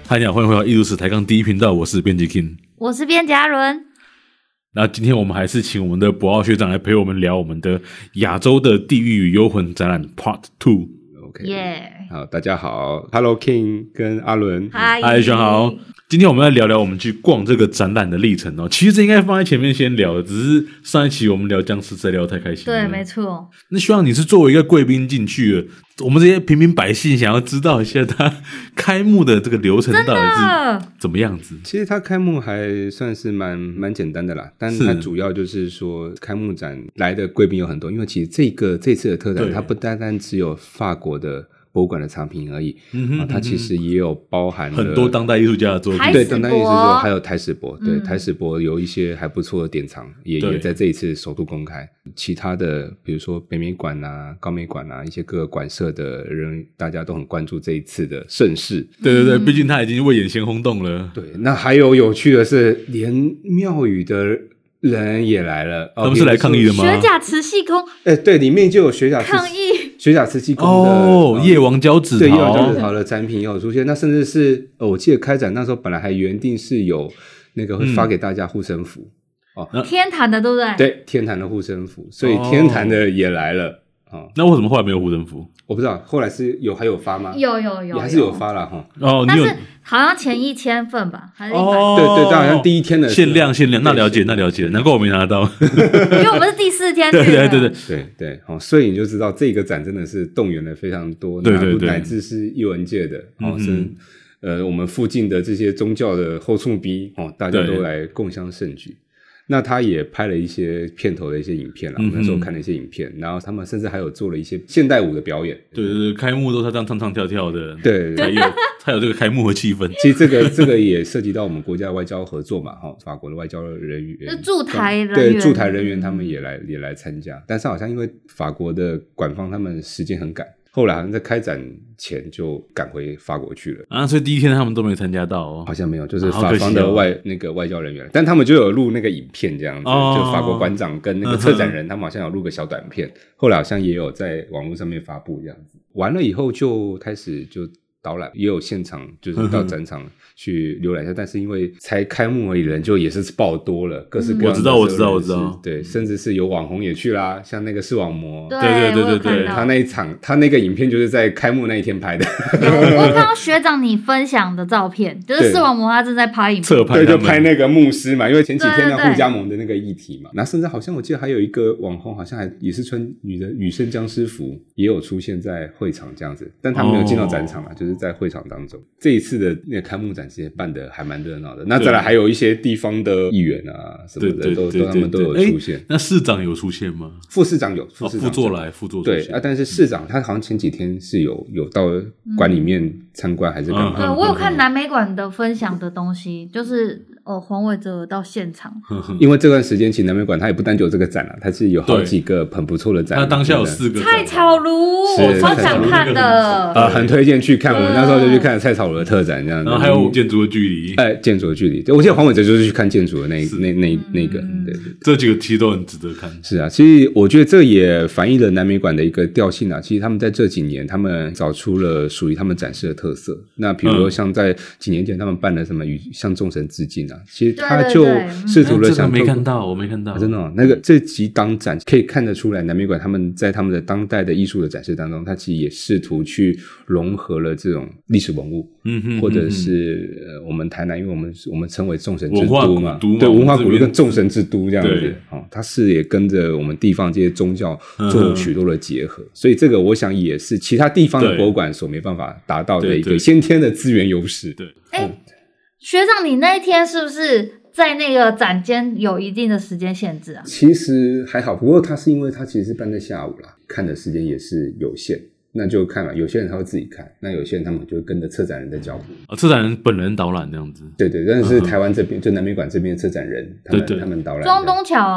嗨，你好，欢迎回到艺术史抬杠第一频道，我是编辑 King， 我是编辑阿伦。 那今天我们还是请我们的博奥学长来陪我们聊我们的亚洲的地狱与幽魂展览 Part 2。OK， 耶、 好，大家好 ，Hello King 跟阿伦， 嗨，学长好。今天我们来聊聊我们去逛这个展览的历程哦。其实这应该放在前面先聊的，只是上一期我们聊僵尸实在聊得太开心了。 对，没错。 那希望你是作为一个贵宾进去了，我们这些平民百姓想要知道一下它开幕的这个流程到底是怎么样子。 其实它开幕还算是蛮简单的啦，但它主要就是说开幕展来的贵宾有很多，因为其实这次的特展它不单单只有法国的博物馆的藏品而已，它其实也有包含了很多当代艺术家的作品， 对，当代艺术家还有台史博，对，台史博有一些还不错的典藏，也在这一次首度公开。其他的比如说北美馆啊、高美馆啊，一些各个馆舍的人，大家都很关注这一次的盛事。 对，毕竟他已经为眼先轰动了。 对，那还有趣的是，连庙宇的人也来了， 他们是来抗议的吗？ 学甲慈禧宫， 对，里面就有学甲抗议学甲慈禧宫的夜王交趾陶， 对，夜王交趾陶的展品也有出现。那甚至是我记得开展那时候本来还原定是有那个会发给大家护身符， 天坛的对不对？ 对，天坛的护身符，所以天坛的也来了。 那为什么后来没有护身符？ 我不知道，后来是还有发吗？ 有， 也还是有发啦齁。 但是好像前1000份吧，还是对，但好像第一天的限量，那了解，难怪我没拿到， 因为我们是第4天去的。 对，所以你就知道这个展真的是动员了非常多，对，乃至是艺文界的，我们附近的这些宗教的后处逼，大家都来共襄盛举。那他也拍了一些片头的一些影片啦，我们那时候看了一些影片，然后他们甚至还有做了一些现代舞的表演。 对，开幕都是他这样唱跳的， 对， 才有这个开幕的气氛。 其实这个也涉及到我们国家的外交合作嘛，法国的外交人员， 就驻台人员， 对，驻台人员他们也来参加，但是好像因为法国的馆方他们时间很赶。后来好像在开展前就赶回法国去了所以第一天他们都没参加到好像没有，就是法方的外交人员，但他们就有录那个影片这样子，就法国馆长跟那个策展人他们好像有录个小短片，后来好像也有在网络上面发布这样子。完了以后就开始就导览，也有现场就是到展场去浏览一下，但是因为才开幕而已，人就也是爆多了，各式各样的我知道， 对，甚至是有网红也去啦，像那个视网膜， 对， 他那一场，他那个影片就是在开幕那一天拍的。 我看到学长你分享的照片，就是视网膜他正在拍影片， 对，就拍那个牧师嘛，因为前几天的互加盟的那个议题嘛，那甚至好像我记得还有一个网红，好像也是穿女生僵尸服，也有出现在会场这样子，但他没有进到展场啦，就是在会场当中。这一次的那个开幕展其实办的还蛮热闹的，那再来还有一些地方的议员啊什么的，他们都有出现。 那市长有出现吗？ 副市长有，副座对但是市长他好像前几天是有到馆里面参观还是干嘛？ 对，我有看南美馆的分享的东西，就是黄伟哲到现场， 因为这段时间其实南美馆它也不单只有这个展啦，它是有好几个很不错的展。 它当下有4个菜草炉，我超想看的， 很推荐去看。我们那时候就去看菜草炉的特展，这样子。 然后还有建筑的距离， 建筑的距离。我记得黄伟哲就是去看建筑的那个，对， 这几个其实都很值得看。 是啊，其实我觉得这也反映了南美馆的一个调性啊。其实他们在这几年，他们找出了属于他们展示的特色。那比如说像在几年前，他们办了什么向众神致敬啊，其实他就试图了想， 我没看到， 真的那个这几档展可以看得出来，南美馆他们在他们的当代的艺术的展示当中，他其实也试图去融合了这种历史文物，或者是我们台南，因为我们称为众神之都嘛，对，文化古都跟众神之都这样子，它是也跟着我们地方这些宗教做了许多的结合，所以这个我想也是其他地方的博物馆所没办法达到的一个先天的资源优势。对， 学长，你那一天是不是在那个展间有一定的时间限制啊？ 其实还好，不过它是因为它其实是办在下午啦，看的时间也是有限。那就看了，有些人他会自己看，那有些人他们就会跟着策展人在交互。 策展人本人导览这样子。 对，但是台湾这边就南美馆这边的策展人，他们导览。 庄东桥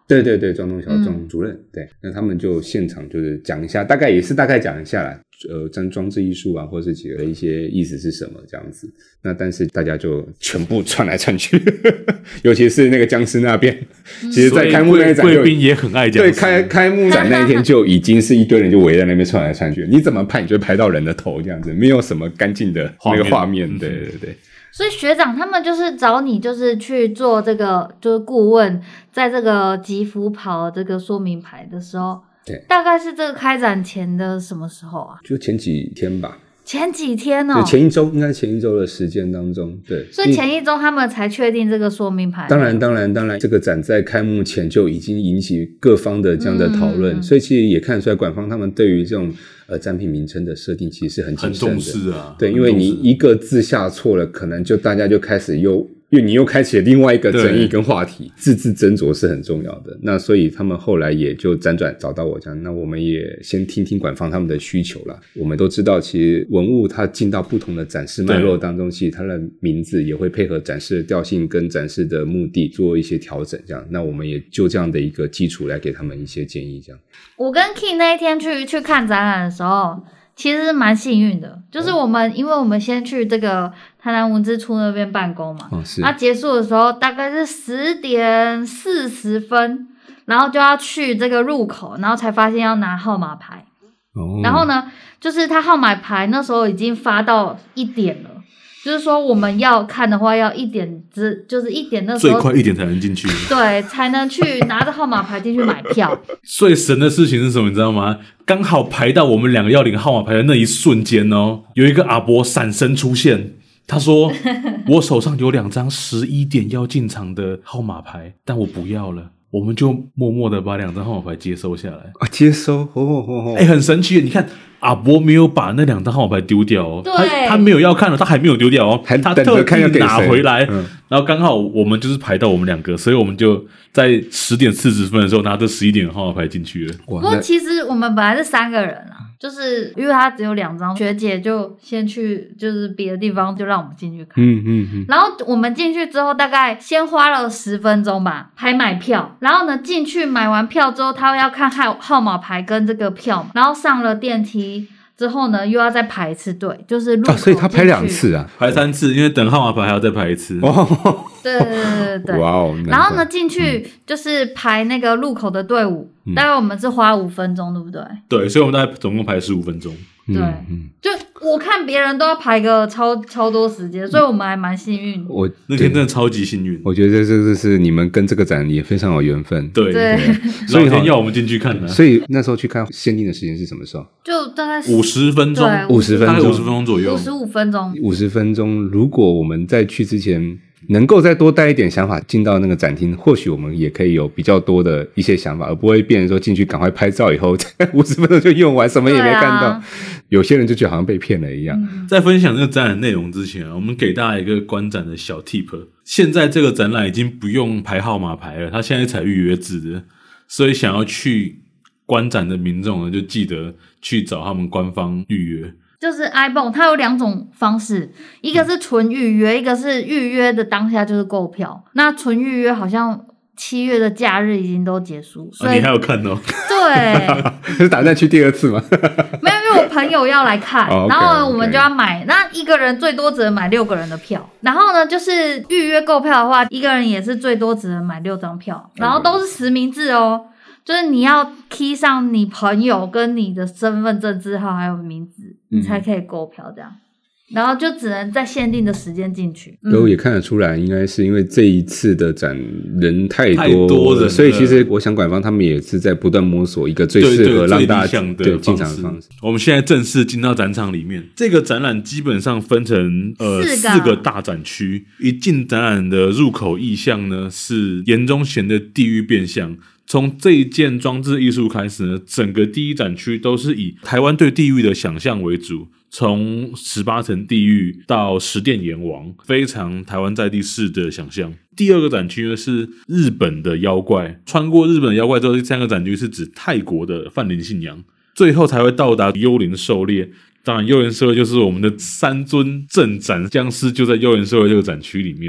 对对对，庄东小庄主任，对，那他们就现场就是讲一下，大概讲一下啦，装置艺术啊，或是几个一些意思是什么这样子。那但是大家就全部窜来窜去，尤其是那个僵尸那边，其实在开幕那一展贵宾也很爱僵尸。 对，开幕展那一天就已经是一堆人就围在那边窜来窜去，你怎么拍你就拍到人的头这样子，没有什么干净的那个画面，对对对。 所以学长他们就是找你，就是去做这个，就是顾问，在这个吉福跑这个说明牌的时候， 对， 大概是这个开展前的什么时候啊？ 就前几天吧。 前几天哦， 对，前一周应该前一周的时间当中，对， 所以前一周他们才确定这个说明牌。 当然，这个展在开幕前就已经引起各方的这样的讨论，所以其实也看得出来，馆方他们对于这种展品名称的设定其实是很谨慎的， 很重视啊。 对，因为你一个字下错了，可能就大家就开始因为你又开启了另外一个争议跟话题，字字斟酌是很重要的。那所以他们后来也就辗转找到我这样，那我们也先听听馆方他们的需求啦。我们都知道，其实文物它进到不同的展示脉络当中，其实它的名字也会配合展示的调性跟展示的目的做一些调整。这样，那我们也就这样的一个基础来给他们一些建议。这样， 我跟 King 那一天去看展览的时候，其实蛮幸运的，就是因为我们先去这个台南文资处那边办公嘛，那结束的时候大概是10点40分，然后就要去这个入口，然后才发现要拿号码牌，然后呢，就是他号码牌那时候已经发到1点了。就是说我们要看的话要1点就是1点那时候最快1点才能进去， 对，才能去拿着号码牌进去买票。 最神的事情是什么你知道吗？刚好排到我们2个要领号码牌的那一瞬间哦，有一个阿伯闪身出现，他说我手上有2张11点要进场的号码牌，但我不要了。我们就默默的把2张号码牌接收下来啊，接收， 很神奇。你看阿伯没有把那2张号码牌丢掉哦， 对， 他没有要看了，他还没有丢掉哦， 还他特地拿回来，然后刚好我们就是排到我们2个，所以我们就在10点40分的时候拿着11点的号码牌进去了。 不过其实我们本来是3个人啦，就是因为他只有2张，学姐就先去就是别的地方就让我们进去看，然后我们进去之后大概先花了10分钟吧排买票，然后呢进去买完票之后他要看号码牌跟这个票，然后上了电梯之后呢又要再排一次队，就是入口所以他排2次啊， 排3次，因为等号码牌还要再排1次。 对， 哇哦！ 然后呢进去就是排那个入口的队伍，大概我们是花5分钟，对不对？ 对，所以我们大概总共排15分钟。 对，就我看别人都要排个超多时间，所以我们还蛮幸运的。 我那天真的超级幸运， 我觉得这是你们跟这个展也非常有缘分。 对，所以要我们进去看的。 所以那时候去看限定的时间是什么时候？ 就大概 50分钟 ，50分钟，大概 50分钟左右 ，55分钟 ，50分钟。如果我们在去之前能够再多带一点想法进到那个展厅，或许我们也可以有比较多的一些想法，而不会变成说进去赶快拍照以后50分钟就用完，什么也没看到。有些人就觉得好像被骗了一样。 在分享这个展览内容之前我们给大家一个观展的小 tip。现在这个展览已经不用排号码牌了，它现在采预约制的，所以想要去观展的民众呢，就记得去找他们官方预约。 就是 iPhone 它有2种方式，一个是纯预约，一个是预约的当下就是购票。那纯预约好像7月的假日已经都结束，所以你还有看哦？ 对， 是打算去第2次吗？ 没有，因为我朋友要来看，然后我们就要买。那一个人最多只能买6个人的票，然后呢，就是预约购票的话，一个人也是最多只能买6张票，然后都是实名制哦。就是你要 key 上你朋友跟你的身份证字号还有名字，你才可以购票这样。然后就只能在限定的时间进去。 然后也看得出来，应该是因为这一次的展人太多了，所以其实我想馆方他们也是在不断摸索一个最适合让大家对进场的方式。 我们现在正式进到展场里面，这个展览基本上分成4个大展区。一进展览的入口意象呢是严忠贤的地狱变相。从这一件装置艺术开始呢，整个第一展区都是以台湾对地狱的想象为主，从18层地狱到十殿阎王，非常台湾在地式的想象。第2个展区呢是日本的妖怪，穿过日本的妖怪之后，第3个展区是指泰国的泛灵信仰，最后才会到达幽灵狩猎。当然幽灵狩猎就是我们的3尊镇斩僵尸就在幽灵狩猎这个展区里面。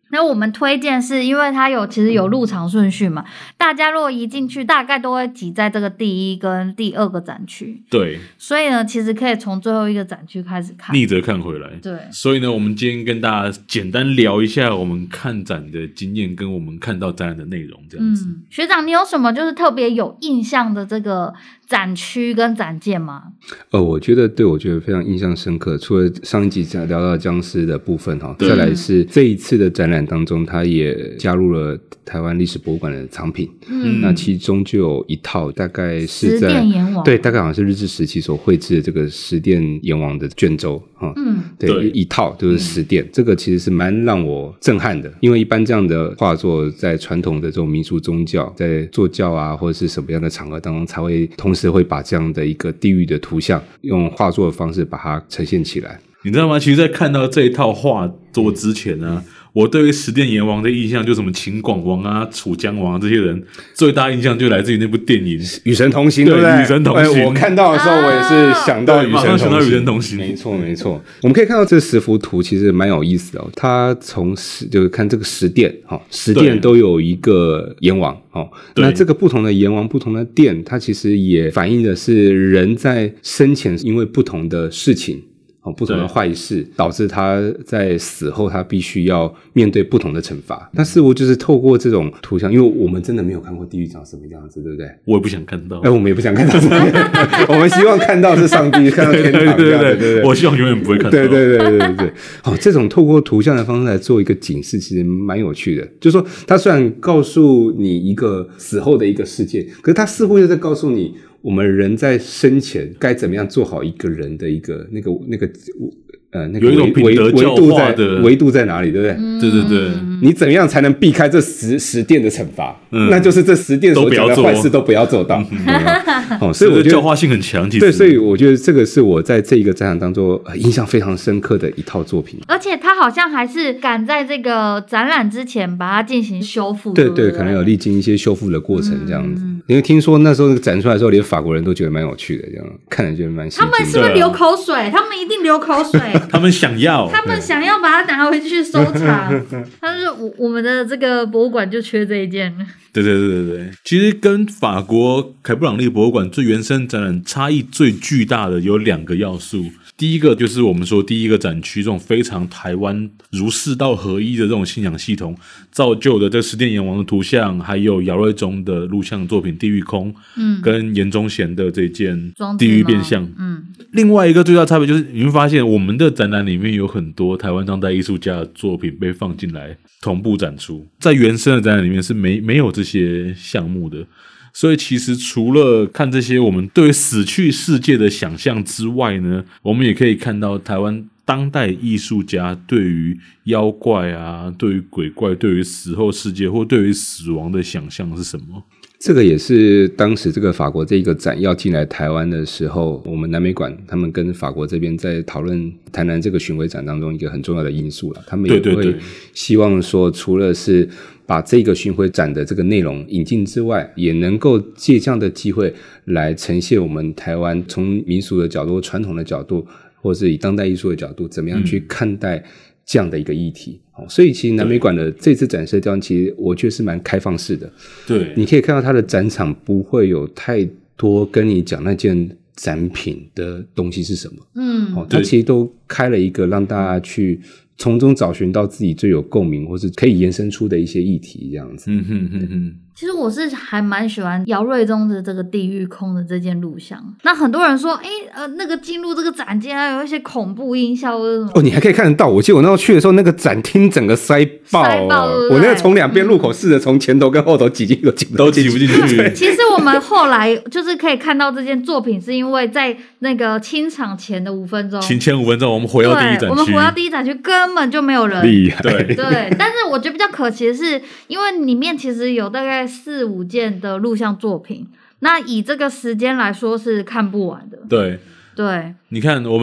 那我们推荐是因为它其实有入场顺序嘛，大家如果一进去大概都会挤在这个第一跟第二个展区， 对， 所以呢其实可以从最后一个展区开始看， 逆着看回来。 对， 所以呢我们今天跟大家简单聊一下我们看展的经验跟我们看到展览的内容这样子。 学长你有什么就是特别有印象的这个展区跟展件吗？ 我觉得非常印象深刻，除了上一集聊到僵尸的部分再来是这一次的展览当中，它也加入了台湾历史博物馆的藏品，那其中就有一套大概是在十殿阎王， 对，大概好像是日治时期所绘制的这个十殿阎王的卷轴对，一套就是十殿，这个其实是蛮让我震撼的，因为一般这样的画作在传统的这种民俗宗教，在坐教啊或者是什么样的场合当中才会同时会把这样的一个地狱的图像用画作的方式把它呈现起来。 你知道吗？其实在看到这一套画作之前呢，我对于十殿阎王的印象就什么秦广王啊、楚江王啊这些人，最大印象就来自于那部电影《 与神同行》，对不对？ 与神同行。 我看到的时候，我也是想到与神同行。没错。我们可以看到这10幅图其实蛮有意思的它从就是看这个十殿十殿都有一个阎王那这个不同的阎王、不同的殿，它其实也反映的是人在生前因为不同的事情。不同的坏事导致他在死后他必须要面对不同的惩罚。那似乎就是透过这种图像，因为我们真的没有看过地狱长什么样子，对不对？ 我也不想看到， 我们也不想看到我们希望看到是上帝看到天堂对， 我希望永远不会看到。 对这种透过图像的方式来做一个警示其实蛮有趣的，就是说他虽然告诉你一个死后的一个世界，可是他似乎又在告诉你我们人在生前该怎么样做好一个人的一个那个有一种品德教化的维度在哪里，对不对？ 对， 你怎么样才能避开这十殿的惩罚？那就是这10殿所讲的坏事都不要做到。所以我觉得教化性很强，其实对，所以我觉得这个是我在这一个展览当中印象非常深刻的一套作品。 而且他好像还是赶在这个展览之前把它进行修复， 对，可能有历经一些修复的过程这样子。因为听说那时候展出来的时候，连法国人都觉得蛮有趣的，这样看着觉得蛮吸睛的。 他们是不是流口水？他们一定流口水。 他们想要把它拿回去收藏。但是我们的这个博物馆就缺这一件。 对，其实跟法国凯布朗利博物馆最原生展览差异最巨大的有2个要素。第一个就是我们说第一个展区这种非常台湾儒释道合一的这种信仰系统造就的这十殿阎王的图像，还有姚瑞中的录像作品《地狱空》跟严忠贤的这件地狱变相。另外一个最大差别就是你会发现我们的展览里面有很多台湾当代艺术家的作品被放进来同步展出，在原生的展览里面是没有这些项目的。所以其实除了看这些我们对死去世界的想象之外呢，我们也可以看到台湾当代艺术家对于妖怪啊、对于鬼怪、对于死后世界或对于死亡的想象是什么。 这个也是当时这个法国这个展要进来台湾的时候，我们南美馆他们跟法国这边在讨论台南这个巡回展当中一个很重要的因素了。他们也会希望说，除了是把这个巡回展的这个内容引进之外，也能够借这样的机会来呈现我们台湾从民俗的角度、传统的角度，或是以当代艺术的角度，怎么样去看待这样的一个议题。所以其实南美馆的这次展示的地方，其实我觉得是蛮开放式的。 对， 你可以看到它的展场不会有太多跟你讲那件展品的东西是什么。它其实都开了一个让大家去从中找寻到自己最有共鸣或是可以延伸出的一些议题这样子。 其实我是还蛮喜欢姚瑞中的这个地狱空的这件录像。那很多人说那个进入这个展间有一些恐怖音效或者什么。 你还可以看得到，我记得我那时候去的时候，那个展厅整个塞爆我那个从2边入口试着从前头跟后头挤进去都挤不进去。 其实我们后来就是可以看到这件作品是因为在那个清场前的5分钟， 前5分钟我们回到第一展区， 我们回到第一展区根本就没有人。 厉害。 对，但是我觉得比较可惜的是，因为里面其实有大概4-5件的录像作品，那以这个时间来说是看不完的。 对，你看我们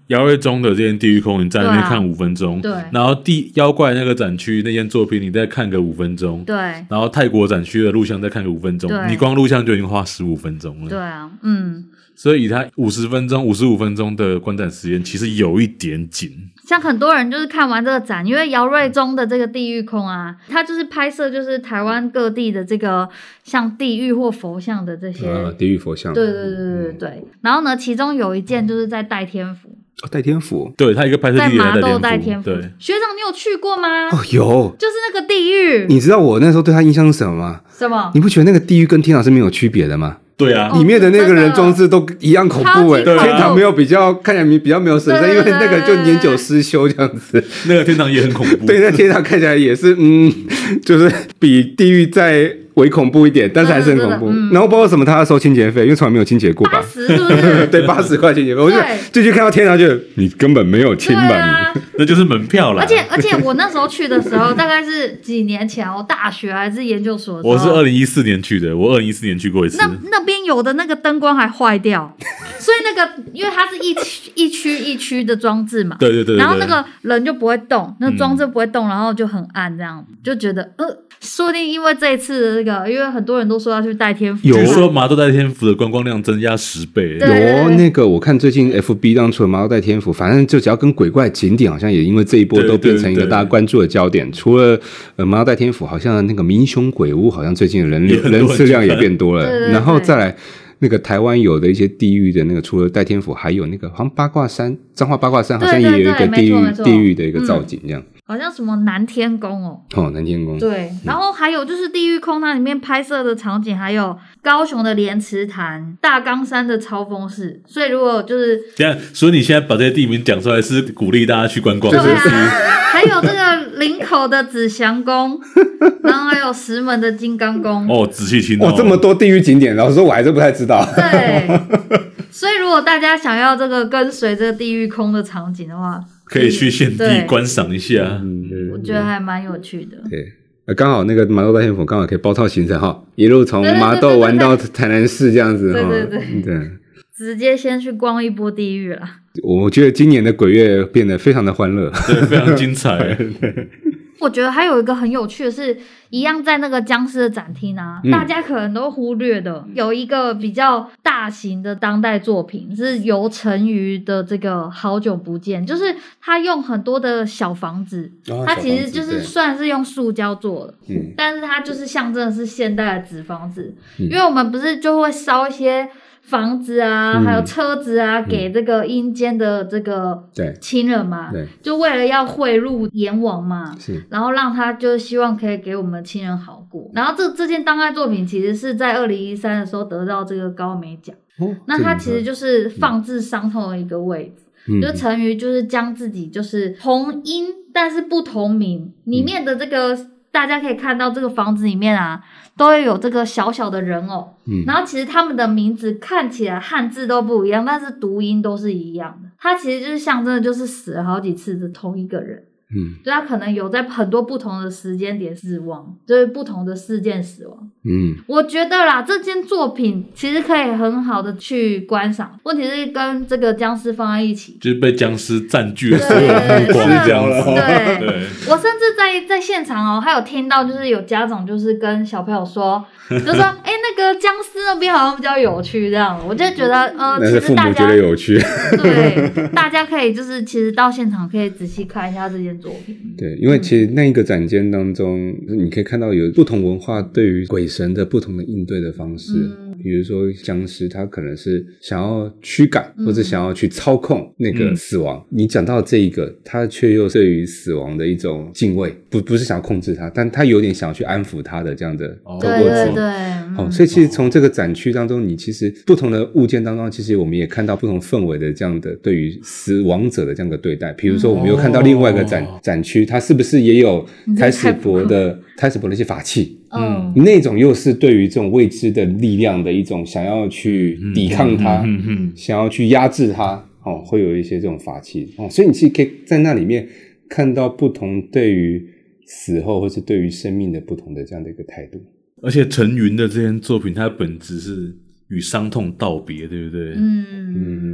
姚瑞中的这间地狱空你在那边看5分钟， 对， 然后妖怪那个展区那件作品你再看个5分钟， 对， 然后泰国展区的录像再看个5分钟，你光录像就已经花15分钟了。 对啊， 所以以他50分钟、55分钟的观展时间，其实有一点紧。 像很多人就是看完这个展，因为姚瑞中的这个地狱空啊，他就是拍摄就是台湾各地的这个像地狱或佛像的这些地狱佛像， 对。然后呢，其中有一件就是在代天府。 代天府， 对，他一个拍摄地点在代天府。对，学长你有去过吗？ 有， 就是那个地狱。 你知道我那时候对他印象是什么吗？ 什么？ 你不觉得那个地狱跟天堂是没有区别的吗？ 对啊， 里面的那个人装置都一样恐怖天堂没有看起来比较没有神圣，因为那个就年久失修这样子。 那个天堂也很恐怖。 对，那天堂看起来也是就是比地狱再微恐怖一点，但是还是很恐怖。然后不知道什么他要收清洁费，因为从来没有清洁过吧 ？80是不是？ 对，80块清洁费。我就去看到天堂，就你根本没有清吧？ 那就是门票啦。 而且我那时候去的时候，大概是几年前，我大学还是研究所的时候。 我是2014年去的，我2014年去过一次。 那边有的那个灯光还坏掉，所以那个因为它是一区一区的装置嘛， 对， 然后那个人就不会动，那个装置不会动，然后就很暗，这样就觉得说不定因为这一次的那个，因为很多人都说要去代天府， 据说麻豆代天府的观光量增加10倍。 有那个我看最近 FB 当除了麻豆代天府，反正就只要跟鬼怪景点，好像也因为这一波都变成一个大家关注的焦点。除了麻豆代天府，好像那个民雄鬼屋，好像最近的人次量也变多了。 对， 然后再来那个台湾有的一些地狱的那个，除了代天府，还有那个好像八卦山，彰化八卦山好像也有一个地狱的一个造景这样。 好像什么南天宫南天宫对，然后还有就是地狱空，它里面拍摄的场景还有高雄的莲池潭、大冈山的超峰寺，所以如果就是所以你现在把这些地名讲出来是鼓励大家去观光， 对啊，还有这个林口的紫祥宫，然后还有石门的金刚宫仔细听哦， 这么多地狱景点，老实说我还是不太知道。 对，所以如果大家想要这个跟随这个地狱空的场景的话， 可以去现地观赏一下， 我觉得还蛮有趣的。 对，刚好那个麻豆代天府刚好可以包套行程一路从麻豆玩到台南市这样子对，直接先去逛一波地狱啦。 我觉得今年的鬼月变得非常的欢乐， 对，非常精彩。 我觉得还有一个很有趣的是，一样在那个僵尸的展厅啊，大家可能都忽略的，有一个比较大型的当代作品是由陈瑜的这个好久不见，就是他用很多的小房子，他其实就是虽然是用塑胶做的，但是它就是象征的是现代的纸房子，因为我们不是就会烧一些房子啊，还有车子啊，给这个阴间的这个亲人嘛，就为了要贿赂阎王嘛，然后让他就希望可以给我们亲人好过。然后这件当代作品其实是在2013的时候得到这个高美奖，那它其实就是放置伤痛的一个位置，就陈瑜就是将自己就是同音但是不同名，里面的这个大家可以看到这个房子里面啊，都会有这个小小的人偶，然后其实他们的名字看起来汉字都不一样，但是读音都是一样的。它其实就是象征的就是死了好几次的同一个人，就他可能有在很多不同的时间点死亡，就是不同的事件死亡。我觉得啦，这件作品其实可以很好的去观赏，问题是跟这个僵尸放在一起， 就是被僵尸占据了所有目光这样了。 对，我甚至在现场还有听到就是有家长就是跟小朋友说，就说那个僵尸那边好像比较有趣这样，我就觉得其实大家觉得有趣， 对，大家可以就是其实到现场可以仔细看一下这件作品。 对，因为其实那一个展间当中，你可以看到有不同文化对于鬼神的不同的应对的方式。比如说僵尸他可能是想要驱赶或者想要去操控那个死亡，你讲到这一个他却又对于死亡的一种敬畏，不是想要控制他，但他有点想要去安抚他的这样的透过对， 所以其实从这个展区当中，你其实不同的物件当中，其实我们也看到不同氛围的这样的对于死亡者的这样的对待。比如说我们又看到另外一个展区，它是不是也有开始博的一些法器，那种又是对于这种未知的力量的一种想要去抵抗它，想要去压制它，会有一些这种法器，所以你其实可以在那里面看到不同对于死后或是对于生命的不同的这样的一个态度。 而且陈云的这件作品，它的本质是与伤痛道别，对不对？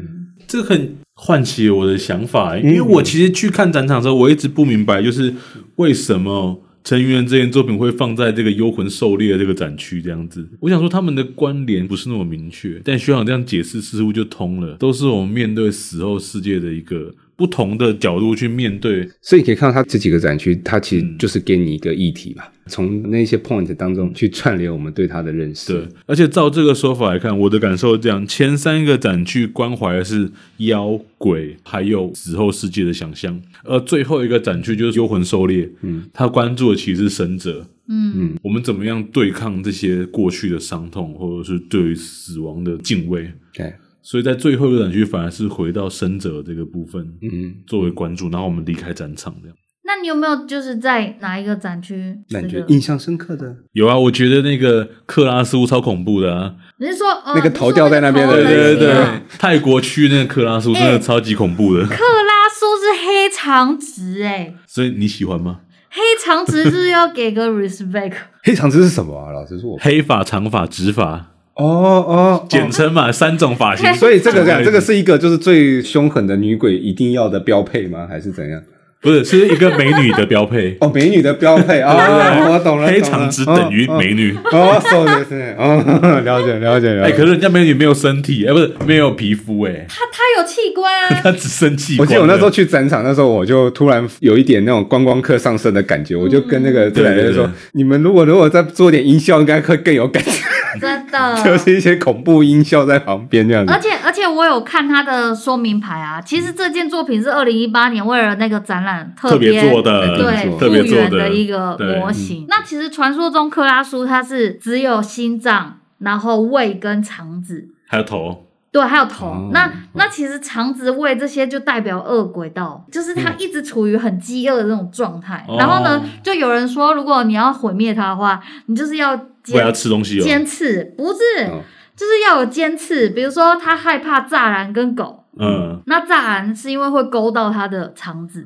这很唤起了我的想法，因为我其实去看展场的时候，我一直不明白，就是为什么陈云仁这件作品会放在这个幽魂狩猎的这个展区这样子。我想说他们的关联不是那么明确，但学长这样解释似乎就通了，都是我们面对死后世界的一个不同的角度去面对。 所以你可以看到它这几个展区，它其实就是给你一个议题嘛，从那些 point 当中去串联我们对它的认识。 对，而且照这个说法来看，我的感受是这样，前3个展区关怀的是妖鬼还有死后世界的想象，而最后一个展区就是幽魂狩猎，他关注的其实是生者。我们怎么样对抗这些过去的伤痛，或者是对于死亡的敬畏。 对， 所以在最后一个展区反而是回到生者这个部分作为关注，然后我们离开展场这样。 那你有没有就是在哪一个展区那你觉得印象深刻的？ 有啊，我觉得那个克拉苏超恐怖的啊。 你是说那个头掉在那边的？ 对对对，泰国区那个克拉苏真的超级恐怖的。 克拉苏是黑长直所以你喜欢吗？ 黑长直就是要给个 respect。 黑长直是什么啊？老师说我黑发、长发、直发。简称嘛，3种发型。 所以这个是一个就是最凶狠的女鬼一定要的标配吗？还是怎样？ 不是，是一个美女的标配。 美女的标配啊！我懂了， 黑长直等于美女。 そうですね。了解。 可是人家美女没有身体，不是没有皮肤她有器官啊。 她只生器官。 我记得我那时候去展场，那时候我就突然有一点那种观光客上身的感觉，我就跟那个对人说：“你们如果再做点音效，应该会更有感觉。” 真的， 就是一些恐怖音效在旁边这样子。 而且我有看他的说明牌啊，其实这件作品是2018年为了那个展览特别做的， 对，复原的一个模型。那其实传说中克拉苏它是只有心脏，然后胃跟肠子， 还有头。 对，还有头。那其实肠子、胃这些就代表恶鬼道，就是他一直处于很饥饿的这种状态。然后呢，就有人说，如果你要毁灭他的话，你就是要吃东西尖刺，不是，就是要有尖刺。比如说，他害怕栅栏跟狗，那栅栏是因为会勾到他的肠子。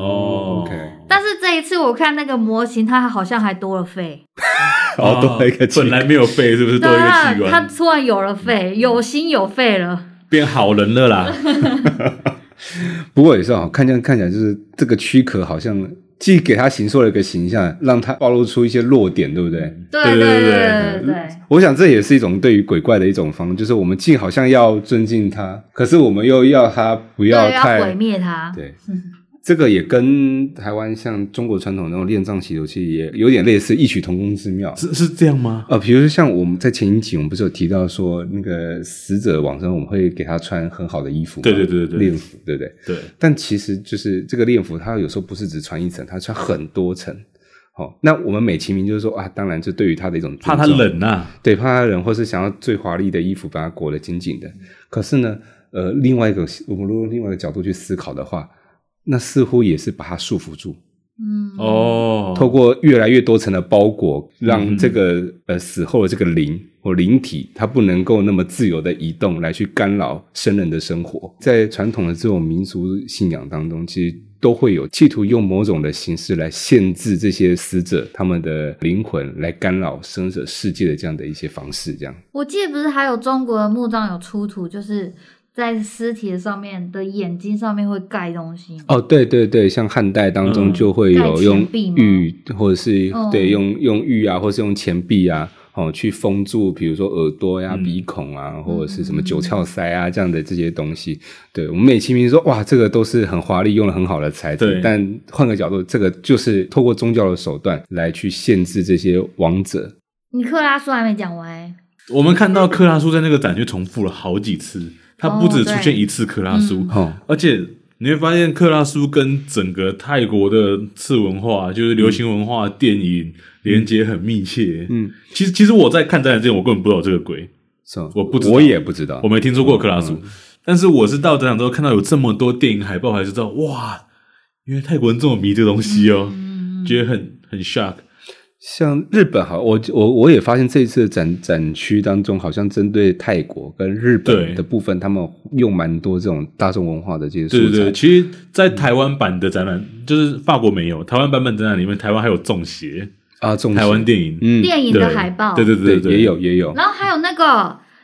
OK。 但是这一次我看那个模型，它好像还多了肺。 多了一个器官， 本来没有肺，是不是多一个器官？ 他突然有了肺，有心有肺了， 变好人了啦。 不过也是看起来就是这个躯壳好像既给他形塑了一个形象，让他暴露出一些弱点，对不对？ 对。 我想这也是一种对于鬼怪的一种方式，就是我们既好像要尊敬他，可是我们又要他不要太毁灭他。 对。这个也跟台湾像中国传统那种炼葬祈求器也有点类似，异曲同工之妙。 是这样吗？ 比如说像我们在前一集我们不是有提到说那个死者往生我们会给他穿很好的衣服， 对， 殓服，对不对？ 对。 但其实就是这个殓服它有时候不是只穿一层，它穿很多层。那我们美其名就是说当然这对于他的一种尊重， 怕他冷啊， 对，怕他冷，或是想要最华丽的衣服把它裹得紧紧的。可是呢我们如果另外一个角度去思考的话，那似乎也是把它束缚住。透过越来越多层的包裹，让这个死后的这个灵或灵体，它不能够那么自由的移动，来去干扰生人的生活。在传统的这种民俗信仰当中，其实都会有企图用某种的形式来限制这些死者他们的灵魂，来干扰生者世界的这样的一些方式。这样， 我记得不是还有中国的墓葬有出土，就是在尸体的上面的眼睛上面会盖东西。 对，像汉代当中就会有用玉，或者是对用玉啊，或是用钱币啊，去封住，比如说耳朵呀、鼻孔啊，或者是什么九窍塞啊这样的这些东西。对，我们美其名说哇，这个都是很华丽，用了很好的材质。但换个角度，这个就是透过宗教的手段来去限制这些亡者。 你克拉苏还没讲完我们看到克拉苏在那个展区重复了好几次。它不只出现一次克拉苏，而且你会发现克拉苏跟整个泰国的次文化，就是流行文化、电影连接很密切。其实我在看展览之前，我根本不知道这个鬼，我不知道， 我也不知道， 我没听说过克拉苏。但是我是到展览之后看到有这么多电影海报，还是知道哇，因为泰国人这么迷这个东西觉得很 shock。 像日本我也发现这一次的展区当中，好像针对泰国跟日本的部分，他们用蛮多这种大众文化的这些素材。 对，其实在台湾版的展览，就是法国没有，台湾版本展览里面，台湾还有中邪啊， 台湾电影电影的海报， 对， 也有。 然后还有那个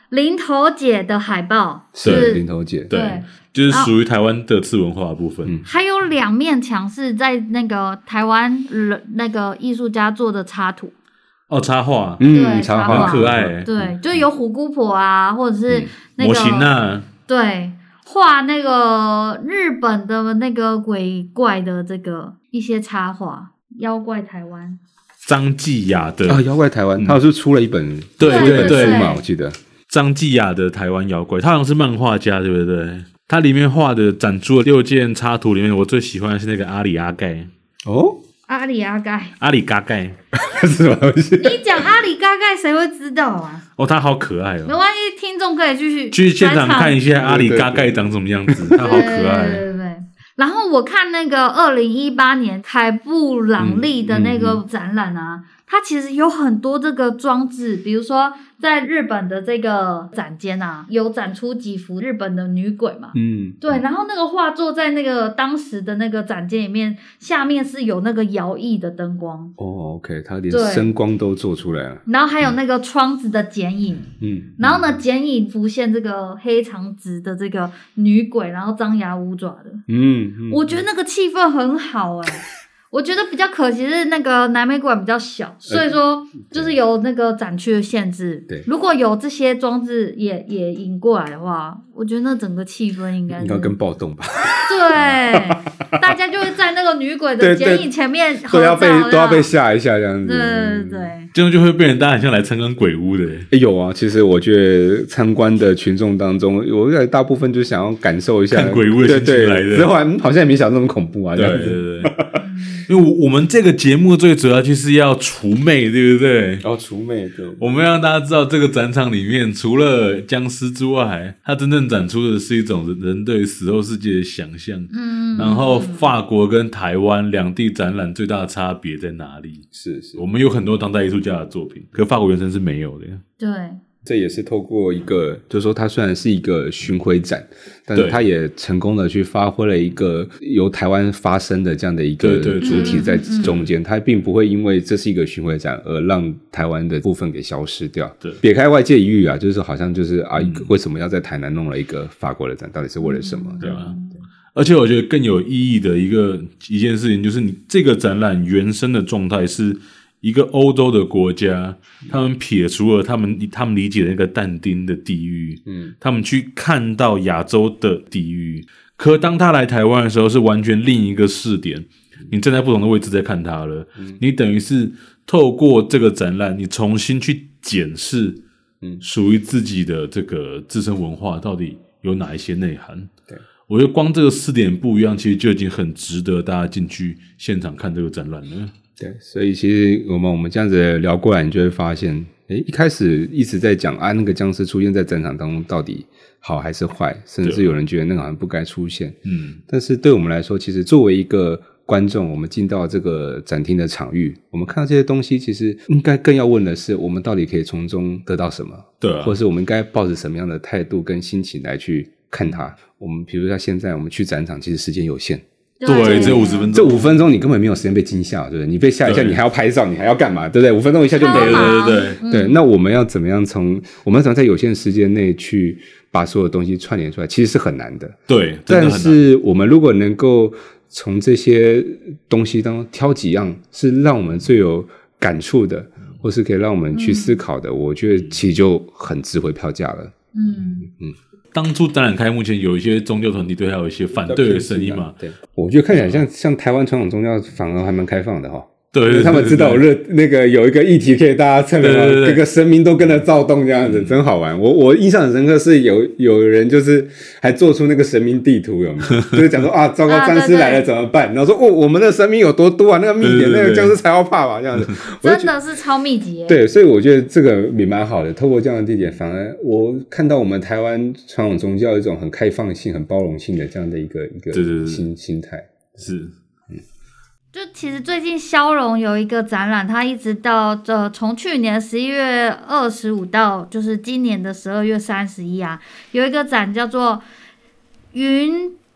林头姐的海报， 是林头姐， 对，就是属于台湾的次文化的部分。 还有2面墙是在那个台湾那个艺术家做的插图。 插画， 对， 插画很可爱。 对，就有虎姑婆啊，或者是那个模型啊， 对，画那个日本的那个鬼怪的这个一些插画，妖怪台湾。 张继雅的妖怪台湾，他是出了一本对书嘛，我记得张继雅的台湾妖怪，他好像是漫画家，对不对？他里面画的展出的6件插图里面，我最喜欢的是那个阿里阿盖。 阿里阿盖是什么东西？ 你讲阿里嘎盖谁会知道啊？ 他好可爱没关系，听众可以去现场看一下阿里嘎盖长什么样子，他好可爱。 对。然后我看那个2018年凯布朗利的那个展览啊，它其实有很多这个装置，比如说在日本的这个展间啊，有展出几幅日本的女鬼嘛，对，然后那个画作在那个当时的那个展间里面，下面是有那个摇曳的灯光。 OK， 它连声光都做出来了。 然后还有那个窗子的剪影，然后呢，剪影浮现这个黑长直的这个女鬼，然后张牙舞爪的，我觉得那个气氛很好我觉得比较可惜是那个南美馆比较小，所以说就是有那个展区的限制。 对， 如果有这些装置也引过来的话，我觉得那整个气氛应该更暴动吧。 对，大家就会在那个女鬼的剪影前面合照， 都要被吓一下这样子。 对， 这样就会变成大家很像来参观鬼屋的。 有啊，其实我觉得参观的群众当中，我觉得大部分就想要感受一下看鬼屋的心情来的， 之后好像也没想那么恐怖啊。 对。因为我们这个节目最主要就是要除魅，对不对？ 除魅，对。 我们让大家知道，这个展场里面除了僵尸之外，它真正展出的是一种人对死后世界的想象。然后法国跟台湾两地展览最大的差别在哪里？ 是， 我们有很多当代艺术家的作品，可法国原生是没有的。 对。 这也是透过一个，就是说它虽然是一个巡回展，但是它也成功的去发挥了一个由台湾发生的这样的一个主体在中间，它并不会因为这是一个巡回展而让台湾的部分给消失掉。 对， 撇开外界疑虑啊，就是好像就是为什么要在台南弄了一个法国的展，到底是为了什么？ 对吧？而且我觉得更有意义的一件事情，就是你这个展览原生的状态是一个欧洲的国家，他们撇除了他们理解的那个但丁的地狱，他们去看到亚洲的地狱。可当他来台湾的时候，是完全另一个视点，你站在不同的位置在看他了，你等于是透过这个展览，你重新去检视，属于自己的这个自身文化到底有哪一些内涵。 对， 我觉得光这个4点不一样，其实就已经很值得大家进去现场看这个展览了。 对，所以其实我们这样子聊过来，你就会发现，一开始一直在讲那个僵尸出现在展场当中到底好还是坏，甚至有人觉得那个好像不该出现。但是对我们来说，其实作为一个观众，我们进到这个展厅的场域，我们看到这些东西，其实应该更要问的是，我们到底可以从中得到什么？对啊，或是我们应该抱着什么样的态度跟心情来去看它？我们比如说现在我们去展场，其实时间有限。 对，只有50分钟。 这5分钟你根本没有时间被惊吓，对不对？你被吓一下，你还要拍照，你还要干嘛？对不对？5分钟一下就没了。对。那我们要怎么样在有限时间内去把所有东西串联出来？其实是很难的。 对， 但是我们如果能够从这些东西当中挑几样是让我们最有感触的，或是可以让我们去思考的，我觉得其实就很值回票价了。 当初展览开幕前，有一些宗教团体对他有一些反对的声音嘛？ 对，我觉得看起来像台湾传统宗教反而还蛮开放的哈。 对， 他们知道那个有一个议题可以大家蹭各个神明都跟着躁动这样子，真好玩。我印象很深刻是有人就是还做出那个神明地图，有没有？就是讲说糟糕，僵尸来了怎么办？然后说我们的神明有多多啊，那个密点，那个僵尸才要怕吧，这样子。 真的是超密集耶。 对，所以我觉得这个也蛮好的。透过这样的地点，反而我看到我们台湾传统宗教一种很开放性、很包容性的这样的一个心态。 是。 就其实最近萧荣有一个展览，它一直到从去年11月25到就是今年的12月31啊，有一个展叫做云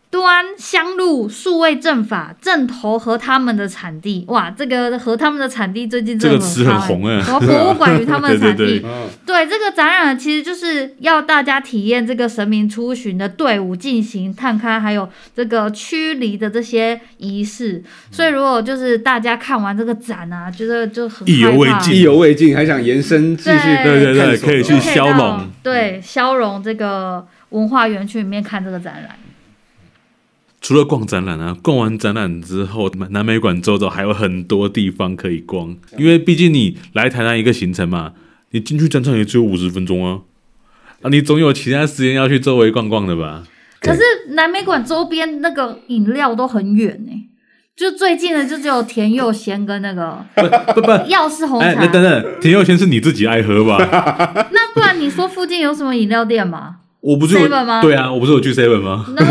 端、香露、数位正法、正头和他们的产地。哇，这个和他们的产地最近这个词很红哎， 然后博物馆与他们的产地。 对， 这个展览其实就是要大家体验这个神明出巡的队伍进行探勘，还有这个驱离的这些仪式。所以如果就是大家看完这个展啊，觉得就很意犹未尽， 还想延伸继续， 对，可以去消融， 对，消融这个文化园区里面看这个展览。 除了逛展览啊，逛完展览之后，南美馆周遭还有很多地方可以逛，因为毕竟你来台南一个行程嘛，你进去展场也只有50分钟啊，你总有其他时间要去周围逛逛的吧？ 可是南美馆周边那个饮料都很远欸，就最近的就只有田佑鲜跟那个药师红茶。 等，田佑鲜是你自己爱喝吧？ 那不然你说附近有什么饮料店吗？ 我不是 7-Eleven 吗？ 对啊，我不是有去 7-Eleven 吗 ？No，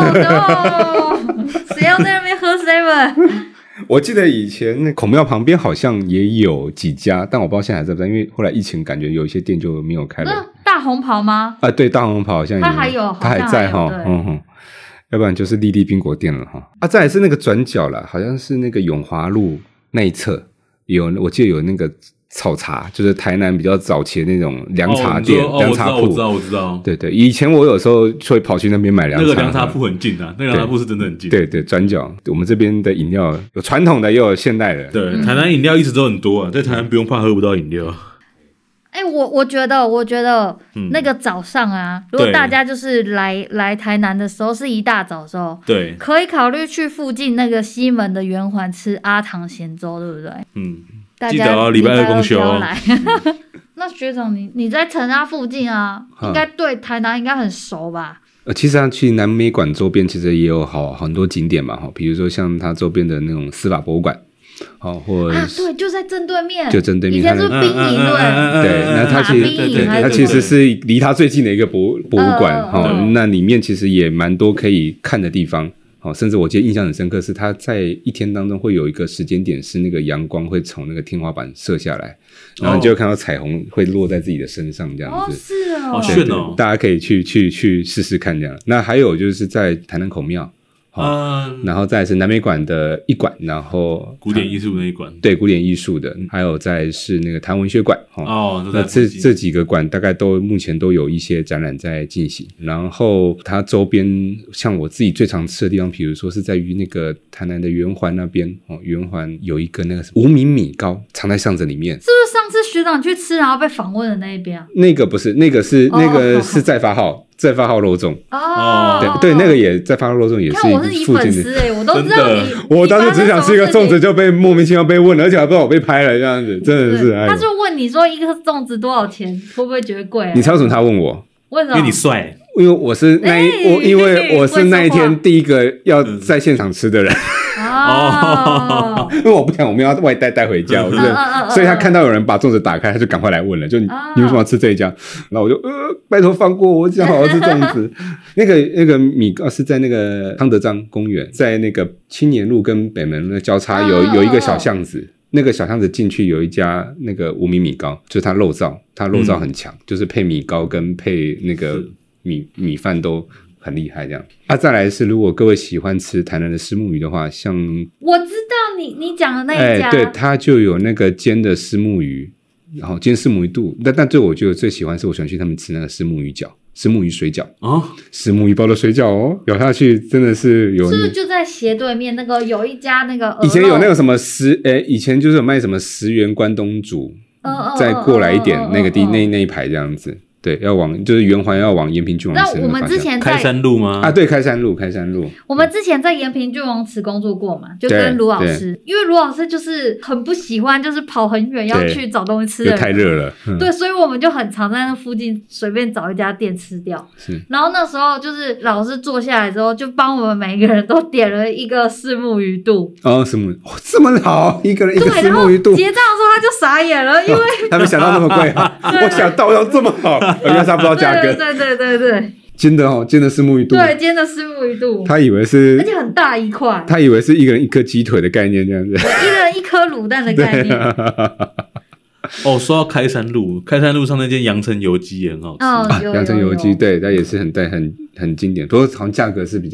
谁要在那边喝 7-Eleven？ 我记得以前那孔庙旁边好像也有几家，但我不知道现在还在不在，因为后来疫情感觉有一些店就没有开了。 那大红袍吗？ 啊，对，大红袍好像它还有， 它还在哈，要不然就是丽丽冰果店了哈。再来是那个转角啦，好像是那个永华路那一侧有，我记得有那个草茶，就是台南比较早期的那种凉茶店、凉茶铺。 我知道。 对，以前我有时候会跑去那边买凉茶。 那个凉茶铺很近啊，那个凉茶铺是真的很近。 对，转角，我们这边的饮料有传统的，又有现代的。 对，台南饮料一直都很多啊，在台南不用怕喝不到饮料。 我觉得那个早上啊，如果大家就是来台南的时候是一大早的时候， 对， 可以考虑去附近那个西门的圆环吃阿唐咸粥，对不对？ 记得哦，礼拜二公休哦。 那学长你在成大附近啊，应该对台南应该很熟吧？ 其实去南美馆周边其实也有很多景点嘛，比如说像它周边的那种司法博物馆。或者对，就在正对面， 以前是兵营， 对，那它其实是离它最近的一个博物馆，那里面其实也蛮多可以看的地方，甚至我记得印象很深刻是它在一天当中会有一个时间点是那个阳光会从那个天花板射下来，然后你就会看到彩虹会落在自己的身上这样子， 是哦， 好炫哦， 大家可以去试试看这样。那还有就是在台南孔庙。然后再来是南美馆的一馆，然后古典艺术那一馆， 对，古典艺术的，还有再是那个台湾文学馆，那这几个馆大概目前都有一些展览在进行。然后它周边像我自己最常吃的地方，比如说是在于那个台南的圆环那边，圆环有一个那个无名米糕藏在巷子里面， 是不是上次学长去吃然后被访问的那一边啊？ 那个不是，那个是在发号肉粽对，那个也在发号肉粽也是你粉丝我都知道你。 我当时只想吃一个粽子就被莫名其妙被问了，而且还不知道我被拍了这样子，真的是。 他就问你说一个粽子多少钱，会不会觉得贵？ 你猜为什么他问我？ 为什么？ 因为你帅。 因为我是因为我是那一天第一个要在现场吃的人。因为我不想我们要外带回家，所以他看到有人把粽子打开，他就赶快来问了，就你为什么要吃这一家？然后我就拜托放过我，想好好吃粽子。那个米糕是在那个康德章公园，在那个青年路跟北门的交叉有一个小巷子，那个小巷子进去有一家那个无名米糕，就是它肉燥很强，就是配米糕跟配那个米饭都很厉害这样。再来是如果各位喜欢吃台南的虱目鱼的话，像我知道你讲的那一家， 对，它就有那个煎的虱目鱼，然后煎虱目鱼肚，但对我觉得最喜欢是我喜欢去他们吃那个虱目鱼饺。虱目鱼水饺虱目鱼包的水饺咬下去真的是有。 是不是就在斜对面那个有一家那个以前有那个什么以前就是有卖什么10元关东煮，再过来一点那个那一排这样子。对，就是圆环要往延平郡王祠。 那我们之前开山路吗？ 对，开山路。 我们之前在延平郡王祠工作过嘛，就跟卢老师，因为卢老师就是很不喜欢，就是跑很远要去找东西吃的人， 太热了。 对，所以我们就很常在那附近随便找一家店吃掉。然后那时候就是老师坐下来之后，就帮我们每一个人都点了一个虱目鱼肚。 虱目鱼这么好，一个人一个虱目鱼肚。 结账的时候他就傻眼了，因为他没想到那么贵我想到要这么好。原来他不知道价格， 对， 煎的虱目鱼肚， 对，煎的虱目鱼肚， 他以为是， 而且很大一块， 他以为是一个人一颗鸡腿的概念这样子， 一个人一颗卤蛋的概念。 说到开山路上那间阳城油鸡也很好吃阳城油鸡，对，它也是很经典，不过好像价格是比较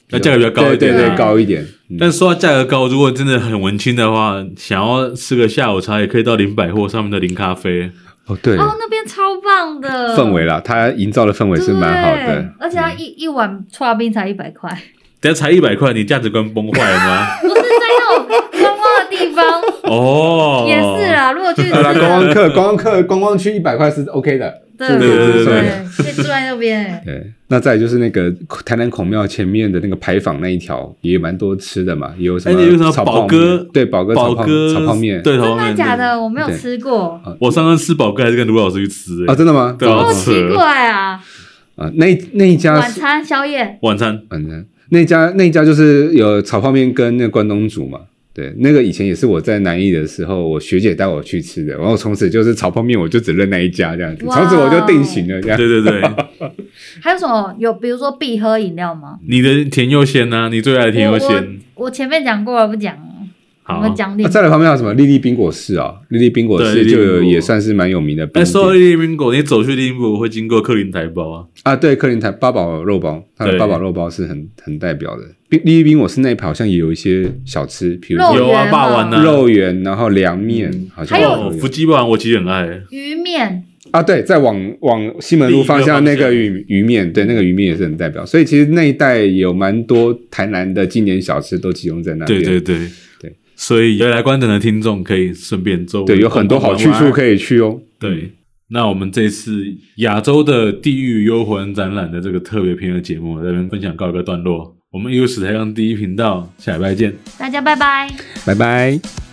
那价格比较高一点， 对，高一点。 但说到价格高，如果真的很文青的话，想要吃个下午茶，也可以到林百货上面的林咖啡。 对那边超棒的氛围啦，它营造的氛围是蛮好的， 而且它一碗剉冰才100块。 等下才100块，你价值观崩坏了吗？ 不是在那种观光的地方也是啦。如果去观光区100块是 OK 的。 对，可以住在那边。 对，那再就是那个台南孔庙前面的那个牌坊那一条也蛮多吃的嘛，也有什么宝哥， 对，宝哥炒泡面， 对，真的假的？我没有吃过。 我上次吃宝哥还是跟卢老师去吃真的吗？ 对，好奇怪啊！ 那一家晚餐宵夜， 晚餐那一家就是有炒泡面跟那个关东煮嘛。对，那个以前也是我在南艺的时候，我学姐带我去吃的，然后从此就是炒泡面我就只认那一家这样子，从此我就定型了这样。 对。 还有什么比如说必喝饮料吗？ 你的甜柚鲜啊，你最爱的甜柚鲜。 我前面讲过了，不讲了。好，讲再来旁边还有什么莉莉冰果室啊？莉莉冰果室就也算是蛮有名的冰店。 说到莉莉冰果，你走去莉莉冰果会经过克林台包啊？对，克林台八宝肉包，它的八宝肉包是很代表的。莉莉冰果室那一排好像也有一些小吃，比如有啊，霸王啊， 肉圆，然后凉面，好像还有福鸡霸王，我其实很爱鱼面。 对，再往西门路方向那个鱼面，对，那个鱼面也是很代表。所以其实那一带有蛮多台南的经典小吃都集中在那边。 对。所以有来观展的听众可以顺便周围对，有很多好去处可以去哦。 对，那我们这次亚洲的地狱幽魂展览的这个特别篇的节目，在这边分享告一个段落。我们艺术史台上第一频道，下礼拜见， 大家拜拜， 拜拜。